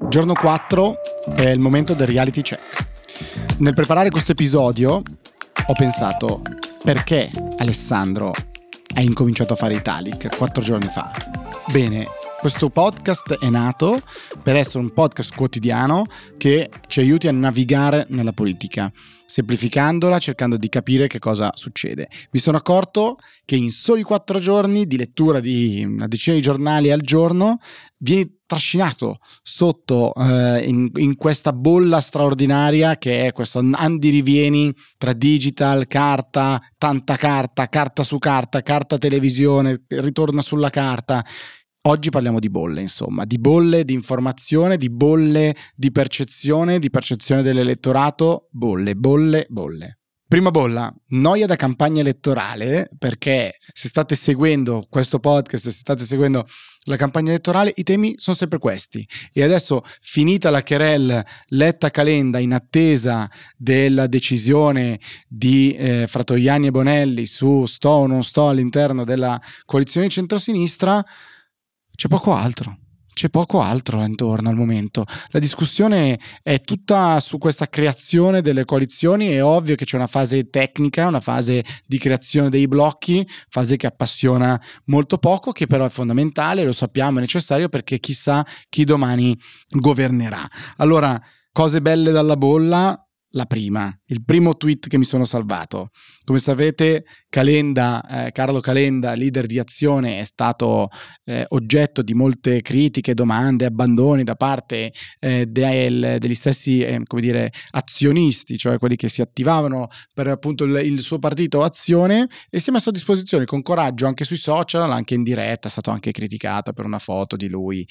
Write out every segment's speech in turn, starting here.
Giorno 4 è il momento del reality check. Nel preparare questo episodio ho pensato: perché Alessandro ha incominciato a fare Italic 4 giorni fa? Bene, questo podcast è nato per essere un podcast quotidiano che ci aiuti a navigare nella politica, semplificandola, cercando di capire che cosa succede. Mi sono accorto che in soli 4 giorni di lettura di una decina di giornali al giorno vieni trascinato sotto in questa bolla straordinaria che è questo andirivieni tra digital, carta, tanta carta, carta su carta, carta televisione, ritorna sulla carta. Oggi parliamo di bolle, insomma, di bolle di informazione, di bolle di percezione dell'elettorato, bolle. Prima bolla, noia da campagna elettorale, perché se state seguendo questo podcast, se state seguendo la campagna elettorale, i temi sono sempre questi. E adesso, finita la querelle Letta-Calenda, in attesa della decisione di Fratoianni e Bonelli su sto o non sto all'interno della coalizione di centrosinistra, c'è poco altro intorno al momento. La discussione è tutta su questa creazione delle coalizioni. È ovvio che c'è una fase tecnica, una fase di creazione dei blocchi, fase che appassiona molto poco, che però è fondamentale, lo sappiamo, è necessario, perché chissà chi domani governerà. Allora, cose belle dalla bolla. La prima, il primo tweet che mi sono salvato. Come sapete, Carlo Calenda, leader di Azione, è stato oggetto di molte critiche, domande, abbandoni da parte degli stessi azionisti, cioè quelli che si attivavano per appunto il suo partito Azione, e si è messo a disposizione con coraggio anche sui social, anche in diretta. È stato anche criticato per una foto di lui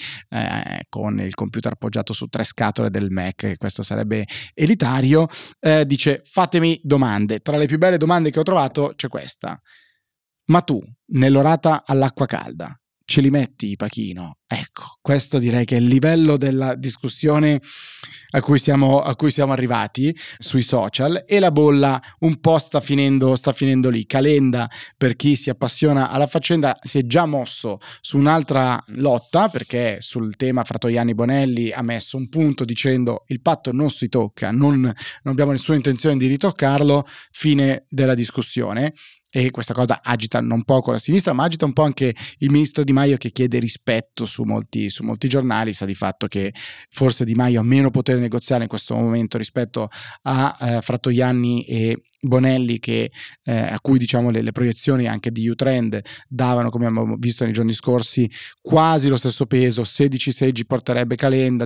con il computer appoggiato su 3 scatole del Mac. Questo sarebbe elitario. Dice: fatemi domande. Tra le più belle domande che ho trovato c'è questa: ma tu nell'orata all'acqua calda ce li metti i pachino? Ecco, questo direi che è il livello della discussione a cui siamo arrivati sui social, e la bolla un po' sta finendo lì. Calenda, per chi si appassiona alla faccenda, si è già mosso su un'altra lotta, perché sul tema Fratoianni Bonelli ha messo un punto dicendo: il patto non si tocca, non abbiamo nessuna intenzione di ritoccarlo, fine della discussione. E questa cosa agita non poco la sinistra, ma agita un po' anche il ministro Di Maio, che chiede rispetto su molti giornali. Sta di fatto che forse Di Maio ha meno potere negoziale in questo momento rispetto a Fratoianni e Bonelli, che a cui diciamo le proiezioni anche di Utrend davano, come abbiamo visto nei giorni scorsi, quasi lo stesso peso. 16 seggi porterebbe Calenda,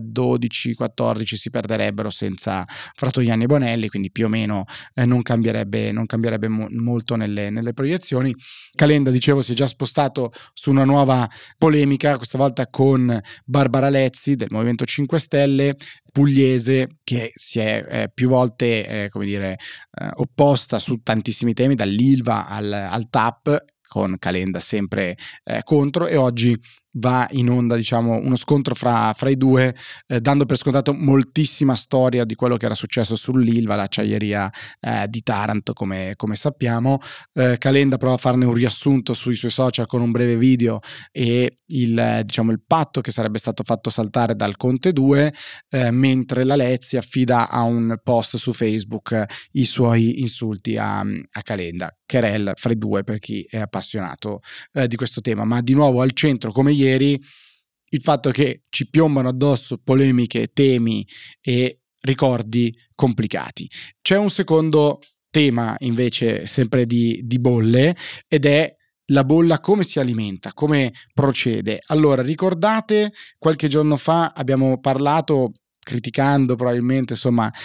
12-14 si perderebbero senza Fratoianni e Bonelli, quindi più o meno non cambierebbe molto nelle proiezioni. Calenda, dicevo, si è già spostato su una nuova polemica, questa volta con Barbara Lezzi del Movimento 5 Stelle, pugliese, che si è più volte opposta su tantissimi temi, dall'Ilva al TAP, con Calenda sempre contro, e oggi va in onda uno scontro fra i due, dando per scontato moltissima storia di quello che era successo sull'Ilva, l'acciaieria di Taranto, come sappiamo. Calenda prova a farne un riassunto sui suoi social con un breve video e il patto che sarebbe stato fatto saltare dal Conte 2, mentre la Lezzi affida a un post su Facebook i suoi insulti a Calenda. Querelle fra i due per chi è appassionato di questo tema, ma di nuovo al centro, come ieri, il fatto che ci piombano addosso polemiche, temi e ricordi complicati. C'è un secondo tema invece sempre di bolle, ed è la bolla come si alimenta, come procede. Allora, ricordate, qualche giorno fa abbiamo parlato, criticando probabilmente,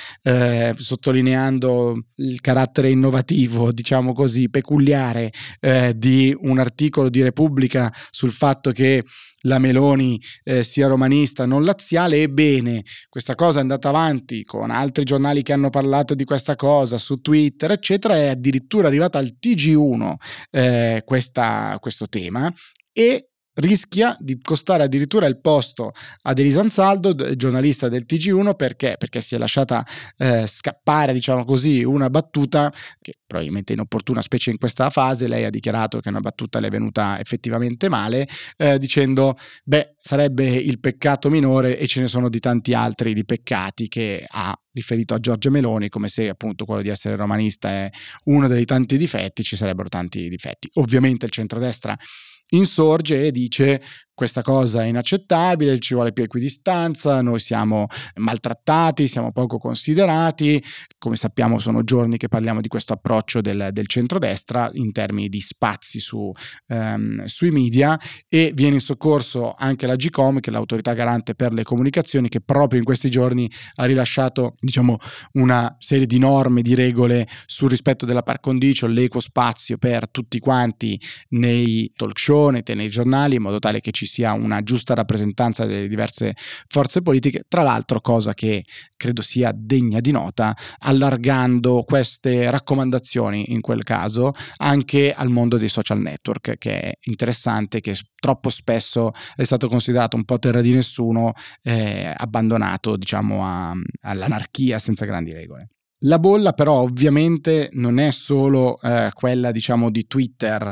sottolineando il carattere innovativo, diciamo così, peculiare di un articolo di Repubblica sul fatto che la Meloni sia romanista, non laziale. Ebbene, questa cosa è andata avanti con altri giornali che hanno parlato di questa cosa su Twitter, eccetera, è addirittura arrivata al TG1 questo tema, e rischia di costare addirittura il posto ad Elisa Ansaldo, giornalista del TG1, perché si è lasciata scappare, diciamo così, una battuta che probabilmente inopportuna, specie in questa fase. Lei ha dichiarato che una battuta le è venuta effettivamente male, dicendo sarebbe il peccato minore e ce ne sono di tanti altri di peccati, che ha riferito a Giorgia Meloni, come se appunto quello di essere romanista è uno dei tanti difetti, ci sarebbero tanti difetti. Ovviamente il centrodestra insorge e dice: questa cosa è inaccettabile, ci vuole più equidistanza, noi siamo maltrattati, siamo poco considerati. Come sappiamo sono giorni che parliamo di questo approccio del centrodestra in termini di spazi sui media, e viene in soccorso anche la GCOM, che è l'autorità garante per le comunicazioni, che proprio in questi giorni ha rilasciato, diciamo, una serie di norme, di regole sul rispetto della par condicio, l'equo spazio per tutti quanti nei talk show, nei giornali, in modo tale che ci sia una giusta rappresentanza delle diverse forze politiche. Tra l'altro, cosa che credo sia degna di nota, allargando queste raccomandazioni in quel caso anche al mondo dei social network, che è interessante, che troppo spesso è stato considerato un po' terra di nessuno, abbandonato, diciamo, all'anarchia senza grandi regole. La bolla però ovviamente non è solo quella, diciamo, di Twitter,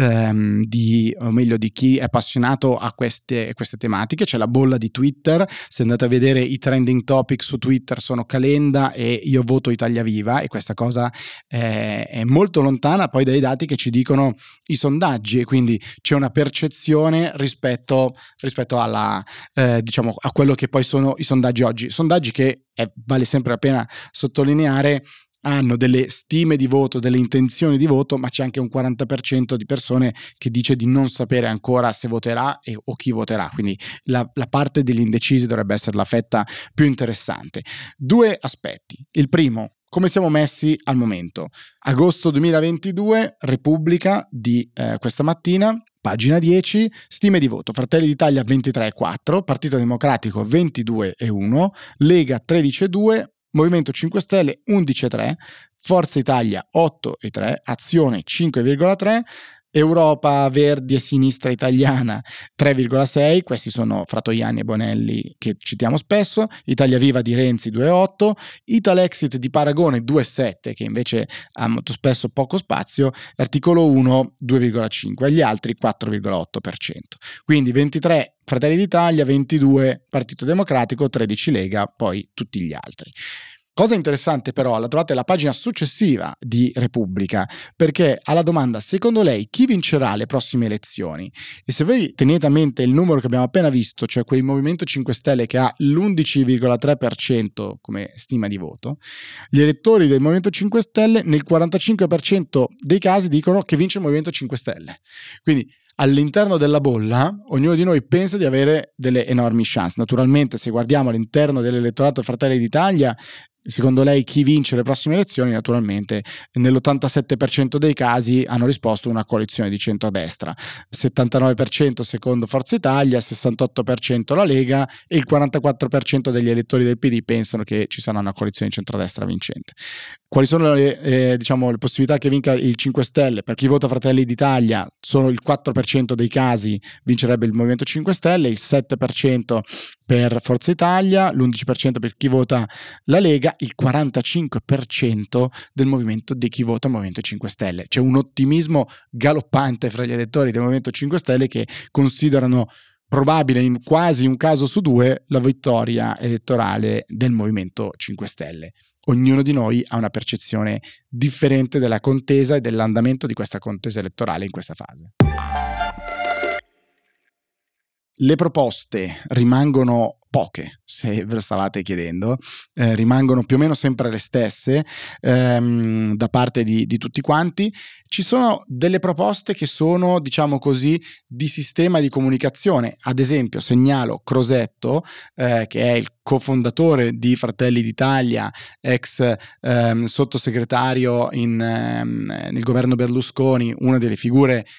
o meglio di chi è appassionato a queste tematiche. C'è la bolla di Twitter. Se andate a vedere i trending topic su Twitter sono Calenda e io voto Italia Viva, e questa cosa è molto lontana poi dai dati che ci dicono i sondaggi, e quindi c'è una percezione rispetto alla diciamo a quello che poi sono i sondaggi oggi, sondaggi che vale sempre la pena sottolineare hanno delle stime di voto, delle intenzioni di voto, ma c'è anche un 40% di persone che dice di non sapere ancora se voterà o chi voterà, quindi la parte degli indecisi dovrebbe essere la fetta più interessante. Due aspetti: il primo, come siamo messi al momento. Agosto 2022, Repubblica di questa mattina, pagina 10, stime di voto: Fratelli d'Italia 23,4, Partito Democratico 22,1, Lega 13,2, Movimento 5 Stelle 11,3, Forza Italia 8,3, Azione 5,3, Europa Verdi e Sinistra Italiana 3,6, questi sono Fratoianni e Bonelli che citiamo spesso, Italia Viva di Renzi 2,8, Italexit di Paragone 2,7, che invece ha molto spesso poco spazio, Articolo 1 2,5, e gli altri 4,8%. Quindi 23 Fratelli d'Italia, 22 Partito Democratico, 13 Lega, poi tutti gli altri. Cosa interessante però, la trovate alla pagina successiva di Repubblica, perché alla domanda: secondo lei chi vincerà le prossime elezioni? E se voi tenete a mente il numero che abbiamo appena visto, cioè quel Movimento 5 Stelle che ha l'11,3% come stima di voto, gli elettori del Movimento 5 Stelle nel 45% dei casi dicono che vince il Movimento 5 Stelle. Quindi all'interno della bolla ognuno di noi pensa di avere delle enormi chance. Naturalmente, se guardiamo all'interno dell'elettorato Fratelli d'Italia, secondo lei chi vince le prossime elezioni? Naturalmente nell'87% dei casi hanno risposto una coalizione di centrodestra, 79% secondo Forza Italia, 68% la Lega, e il 44% degli elettori del PD pensano che ci sarà una coalizione di centrodestra vincente. Quali sono le possibilità che vinca il 5 Stelle? Per chi vota Fratelli d'Italia solo il 4% dei casi vincerebbe il Movimento 5 Stelle, il 7% per Forza Italia, l'11% per chi vota la Lega, il 45% del movimento di chi vota Movimento 5 Stelle. C'è un ottimismo galoppante fra gli elettori del Movimento 5 Stelle che considerano probabile, in quasi un caso su due, la vittoria elettorale del Movimento 5 Stelle. Ognuno di noi ha una percezione differente della contesa e dell'andamento di questa contesa elettorale in questa fase. Le proposte rimangono poche, se ve lo stavate chiedendo, rimangono più o meno sempre le stesse da parte di tutti quanti. Ci sono delle proposte che sono, diciamo così, di sistema di comunicazione. Ad esempio segnalo Crosetto, che è il cofondatore di Fratelli d'Italia, ex sottosegretario nel governo Berlusconi, una delle figure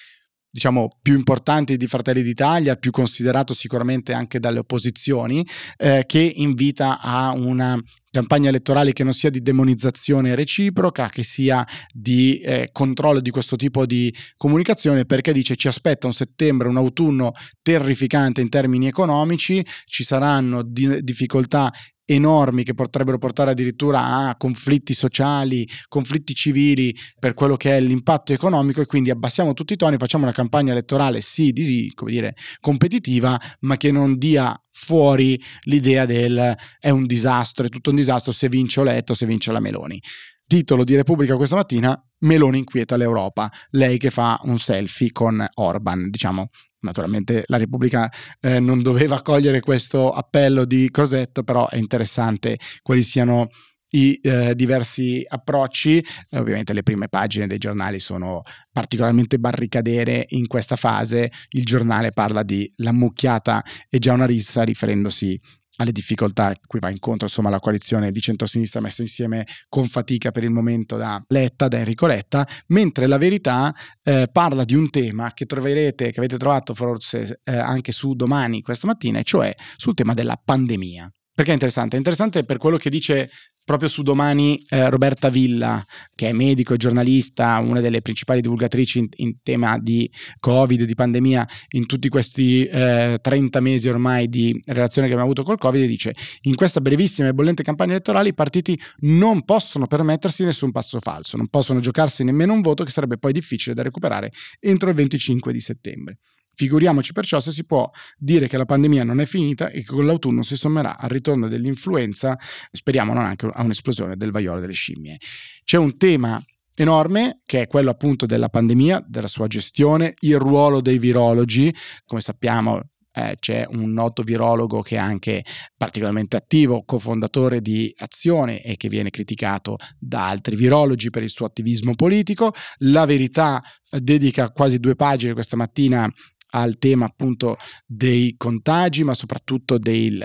diciamo più importanti di Fratelli d'Italia, più considerato sicuramente anche dalle opposizioni, che invita a una campagna elettorale che non sia di demonizzazione reciproca, che sia di controllo di questo tipo di comunicazione, perché dice ci aspetta un settembre, un autunno terrificante in termini economici, ci saranno difficoltà enormi che potrebbero portare addirittura a conflitti sociali, conflitti civili per quello che è l'impatto economico, e quindi abbassiamo tutti i toni, facciamo una campagna elettorale come dire, competitiva, ma che non dia fuori l'idea del è un disastro, è tutto un disastro se vince Letta o se vince la Meloni. Titolo di Repubblica questa mattina: Meloni inquieta l'Europa, lei che fa un selfie con Orban. Diciamo, naturalmente la Repubblica non doveva cogliere questo appello di Crosetto, però è interessante quali siano i diversi approcci. Ovviamente le prime pagine dei giornali sono particolarmente barricadere in questa fase. Il Giornale parla di l'ammucchiata e già una rissa, riferendosi alle difficoltà a cui va incontro insomma la coalizione di centrosinistra messa insieme con fatica per il momento da Enrico Letta, mentre La Verità parla di un tema che troverete, che avete trovato forse anche su Domani questa mattina, e cioè sul tema della pandemia. Perché è interessante? È interessante per quello che dice proprio su Domani Roberta Villa, che è medico e giornalista, una delle principali divulgatrici in tema di Covid, di pandemia, in tutti questi 30 mesi ormai di relazione che abbiamo avuto col Covid, e dice: in questa brevissima e bollente campagna elettorale i partiti non possono permettersi nessun passo falso, non possono giocarsi nemmeno un voto che sarebbe poi difficile da recuperare entro il 25 di settembre. Figuriamoci perciò se si può dire che la pandemia non è finita e che con l'autunno si sommerà al ritorno dell'influenza, speriamo non anche a un'esplosione del vaiolo delle scimmie. C'è un tema enorme che è quello appunto della pandemia, della sua gestione, il ruolo dei virologi. Come sappiamo c'è un noto virologo che è anche particolarmente attivo, cofondatore di Azione, e che viene criticato da altri virologi per il suo attivismo politico. La Verità dedica quasi 2 pagine questa mattina al tema appunto dei contagi, ma soprattutto dei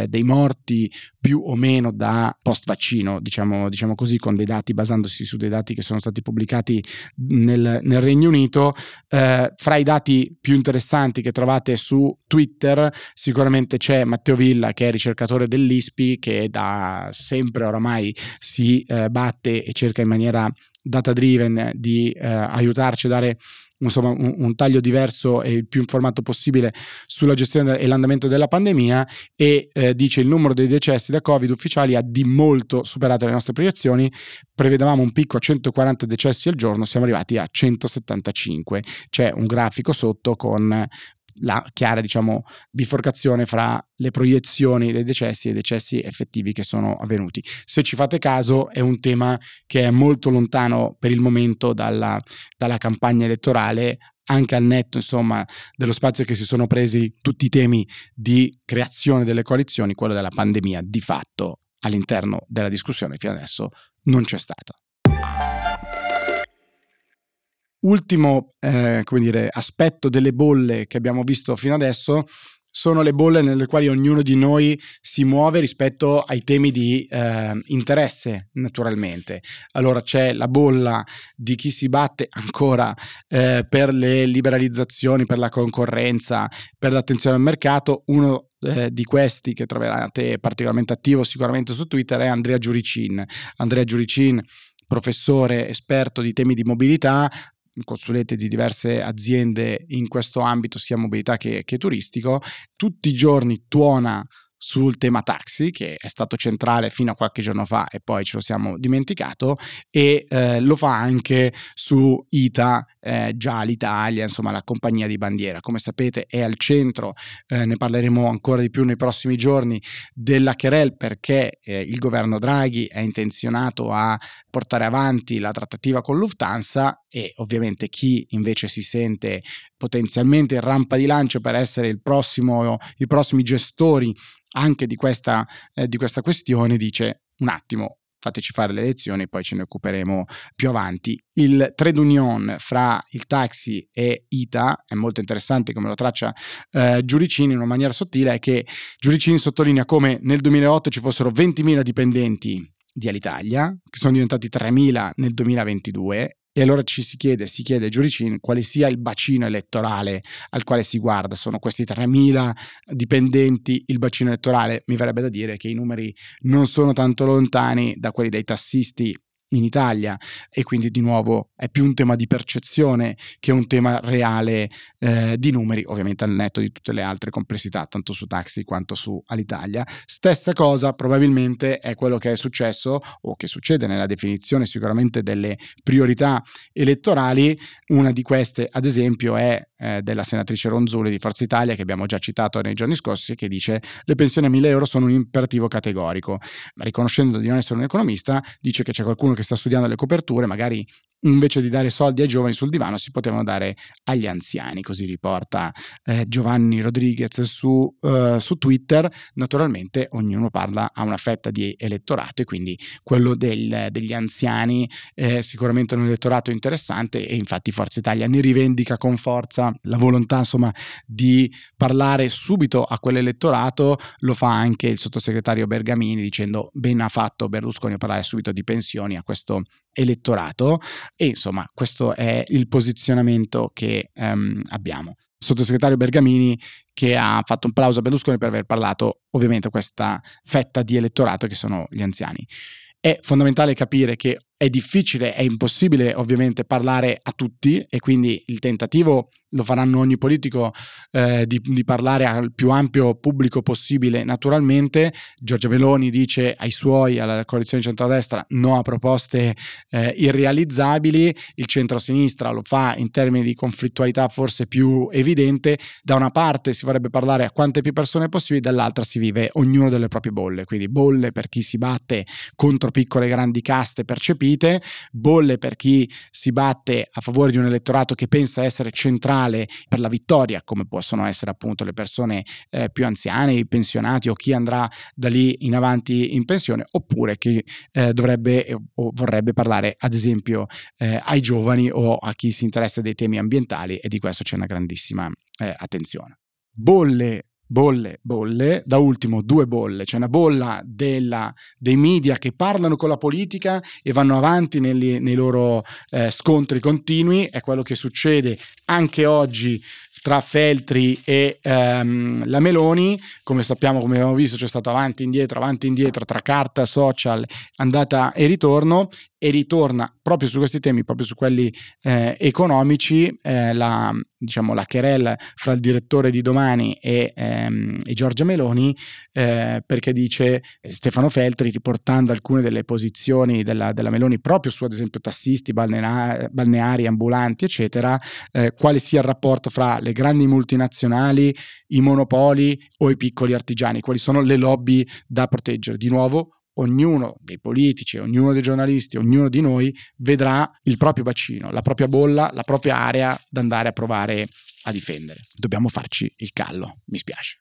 morti più o meno da post vaccino, diciamo così, con dei dati, basandosi su dei dati che sono stati pubblicati nel Regno Unito. Fra i dati più interessanti che trovate su Twitter sicuramente c'è Matteo Villa, che è ricercatore dell'ISPI, che da sempre oramai si batte e cerca in maniera data driven di aiutarci a dare insomma un taglio diverso e il più informato possibile sulla gestione e l'andamento della pandemia, e dice: il numero dei decessi da Covid ufficiali ha di molto superato le nostre proiezioni, prevedevamo un picco a 140 decessi al giorno, siamo arrivati a 175. C'è un grafico sotto con la chiara, diciamo, biforcazione fra le proiezioni dei decessi e i decessi effettivi che sono avvenuti. Se ci fate caso è un tema che è molto lontano per il momento dalla campagna elettorale, anche al netto insomma dello spazio che si sono presi tutti i temi di creazione delle coalizioni. Quello della pandemia di fatto all'interno della discussione fino adesso non c'è stata. Ultimo aspetto delle bolle che abbiamo visto fino adesso sono le bolle nelle quali ognuno di noi si muove rispetto ai temi di interesse, naturalmente. Allora c'è la bolla di chi si batte ancora per le liberalizzazioni, per la concorrenza, per l'attenzione al mercato. Uno di questi che troverete particolarmente attivo sicuramente su Twitter è Andrea Giuricin. Andrea Giuricin, professore esperto di temi di mobilità, consulente di diverse aziende in questo ambito, sia mobilità che turistico, tutti i giorni tuona sul tema taxi, che è stato centrale fino a qualche giorno fa e poi ce lo siamo dimenticato, e lo fa anche su ITA, già l'Italia, insomma la compagnia di bandiera. Come sapete è al centro, ne parleremo ancora di più nei prossimi giorni, della querelle, perché il governo Draghi è intenzionato a portare avanti la trattativa con Lufthansa, e ovviamente chi invece si sente potenzialmente in rampa di lancio per essere i prossimi gestori anche di questa questione dice: un attimo, fateci fare le elezioni e poi ce ne occuperemo più avanti. Il trade union fra il taxi e ITA è molto interessante come lo traccia Giuricin in una maniera sottile, è che Giuricin sottolinea come nel 2008 ci fossero 20.000 dipendenti di Alitalia, che sono diventati 3.000 nel 2022, E allora si chiede ai giuricini quale sia il bacino elettorale al quale si guarda. Sono questi 3.000 dipendenti il bacino elettorale? Mi verrebbe da dire che i numeri non sono tanto lontani da quelli dei tassisti in Italia, e quindi di nuovo è più un tema di percezione che un tema reale di numeri, ovviamente al netto di tutte le altre complessità, tanto su Taxi quanto su Alitalia. Stessa cosa probabilmente è quello che è successo o che succede nella definizione sicuramente delle priorità elettorali. Una di queste, ad esempio, è della senatrice Ronzulli di Forza Italia, che abbiamo già citato nei giorni scorsi, che dice: le pensioni a 1.000 euro sono un imperativo categorico. Riconoscendo di non essere un economista, dice che c'è qualcuno che sta studiando le coperture, magari invece di dare soldi ai giovani sul divano si potevano dare agli anziani, così riporta Giovanni Rodriguez su Twitter. Naturalmente ognuno parla a una fetta di elettorato, e quindi quello degli anziani è sicuramente un elettorato interessante, e infatti Forza Italia ne rivendica con forza la volontà, insomma, di parlare subito a quell'elettorato. Lo fa anche il sottosegretario Bergamini, dicendo: ben ha fatto Berlusconi a parlare subito di pensioni a questo elettorato. E insomma, questo è il posizionamento che abbiamo. Il sottosegretario Bergamini, che ha fatto un plauso a Berlusconi per aver parlato ovviamente a questa fetta di elettorato che sono gli anziani. È fondamentale capire che è difficile, è impossibile ovviamente parlare a tutti, e quindi il tentativo lo faranno ogni politico di parlare al più ampio pubblico possibile. Naturalmente Giorgia Meloni dice ai suoi, alla coalizione centrodestra, no a proposte irrealizzabili. Il centrosinistra lo fa in termini di conflittualità forse più evidente. Da una parte si vorrebbe parlare a quante più persone possibili, dall'altra si vive ognuno delle proprie bolle, quindi bolle per chi si batte contro piccole e grandi caste percepite, bolle per chi si batte a favore di un elettorato che pensa essere centrale per la vittoria, come possono essere appunto le persone più anziane, i pensionati o chi andrà da lì in avanti in pensione, oppure chi dovrebbe o vorrebbe parlare ad esempio ai giovani o a chi si interessa dei temi ambientali, e di questo c'è una grandissima attenzione. Bolle, da ultimo 2 bolle. C'è una bolla dei media che parlano con la politica e vanno avanti nei loro scontri continui. È quello che succede anche oggi tra Feltri e la Meloni. Come sappiamo, come abbiamo visto, c'è stato avanti e indietro tra carta, social, andata e ritorno, e ritorna proprio su questi temi, proprio su quelli economici, la querela fra il direttore di Domani e Giorgia Meloni, perché dice Stefano Feltri, riportando alcune delle posizioni della Meloni proprio su, ad esempio, tassisti, balneari, ambulanti, eccetera, quale sia il rapporto fra le grandi multinazionali, i monopoli o i piccoli artigiani, quali sono le lobby da proteggere. Di nuovo, ognuno dei politici, ognuno dei giornalisti, ognuno di noi vedrà il proprio bacino, la propria bolla, la propria area da andare a provare a difendere. Dobbiamo farci il callo, mi spiace.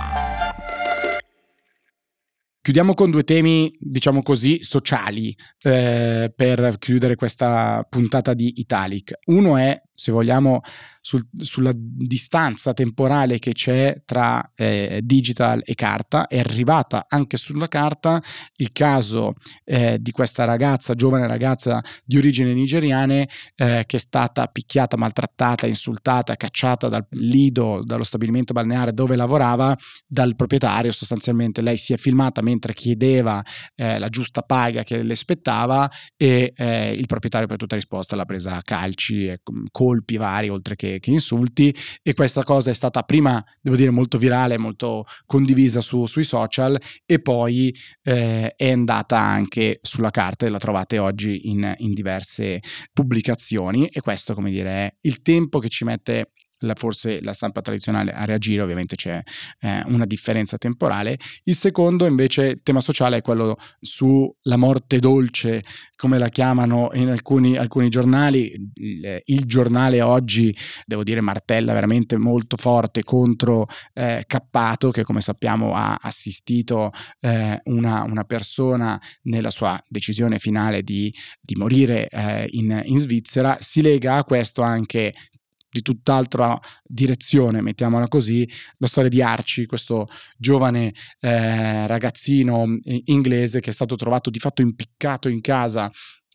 Chiudiamo con 2 temi, diciamo così, sociali, per chiudere questa puntata di Italic. Uno è, se vogliamo, sulla distanza temporale che c'è tra digital e carta. È arrivata anche sulla carta il caso di questa giovane ragazza di origini nigeriane, che è stata picchiata, maltrattata, insultata, cacciata dal lido, dallo stabilimento balneare dove lavorava, dal proprietario. Sostanzialmente lei si è filmata mentre chiedeva la giusta paga che le spettava, e il proprietario, per tutta risposta, l'ha presa a calci e colpi vari, oltre che insulti. E questa cosa è stata prima, devo dire, molto virale, molto condivisa sui social, e poi è andata anche sulla carta, e la trovate oggi in diverse pubblicazioni. E questo, come dire, è il tempo che ci mette forse la stampa tradizionale a reagire. Ovviamente c'è una differenza temporale. Il secondo invece tema sociale è quello sulla morte dolce, come la chiamano in alcuni giornali. Il giornale oggi, devo dire, martella veramente molto forte contro Cappato, che come sappiamo ha assistito una persona nella sua decisione finale di morire in Svizzera. Si lega a questo anche, di tutt'altra direzione, mettiamola così, la storia di Archie, questo giovane ragazzino inglese che è stato trovato di fatto impiccato in casa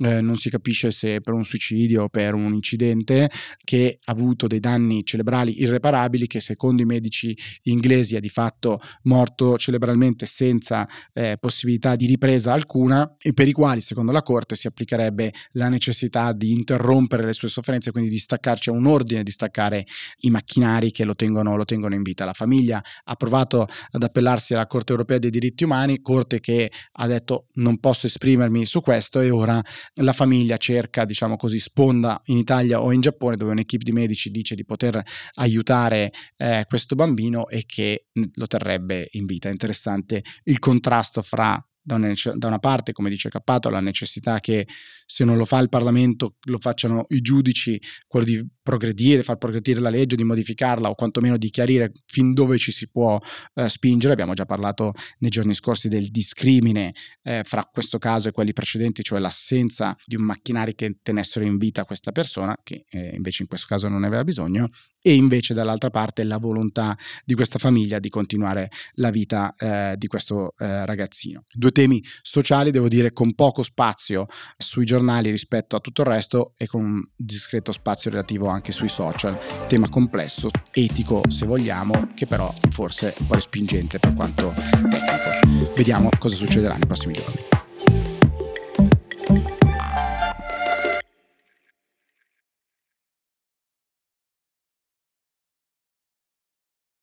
non si capisce se per un suicidio o per un incidente, che ha avuto dei danni cerebrali irreparabili, che secondo i medici inglesi è di fatto morto cerebralmente senza possibilità di ripresa alcuna, e per i quali secondo la Corte si applicherebbe la necessità di interrompere le sue sofferenze, quindi di staccarci a un ordine, di staccare i macchinari che lo tengono in vita. La famiglia ha provato ad appellarsi alla Corte Europea dei Diritti Umani, Corte che ha detto non posso esprimermi su questo, e ora la famiglia cerca, diciamo così, sponda in Italia o in Giappone, dove un'equipe di medici dice di poter aiutare questo bambino e che lo terrebbe in vita. È interessante il contrasto fra da una parte, come dice Cappato, la necessità che se non lo fa il Parlamento lo facciano i giudici, quello di far progredire la legge, di modificarla o quantomeno di chiarire fin dove ci si può spingere. Abbiamo già parlato nei giorni scorsi del discrimine fra questo caso e quelli precedenti, cioè l'assenza di un macchinari che tenessero in vita questa persona, che invece in questo caso non ne aveva bisogno, e invece dall'altra parte la volontà di questa famiglia di continuare la vita di questo ragazzino. Due temi sociali, devo dire, con poco spazio sui giornali rispetto a tutto il resto e con un discreto spazio relativo anche sui social. Tema complesso, etico se vogliamo, che però forse è un po' respingente per quanto tecnico. Vediamo cosa succederà nei prossimi giorni.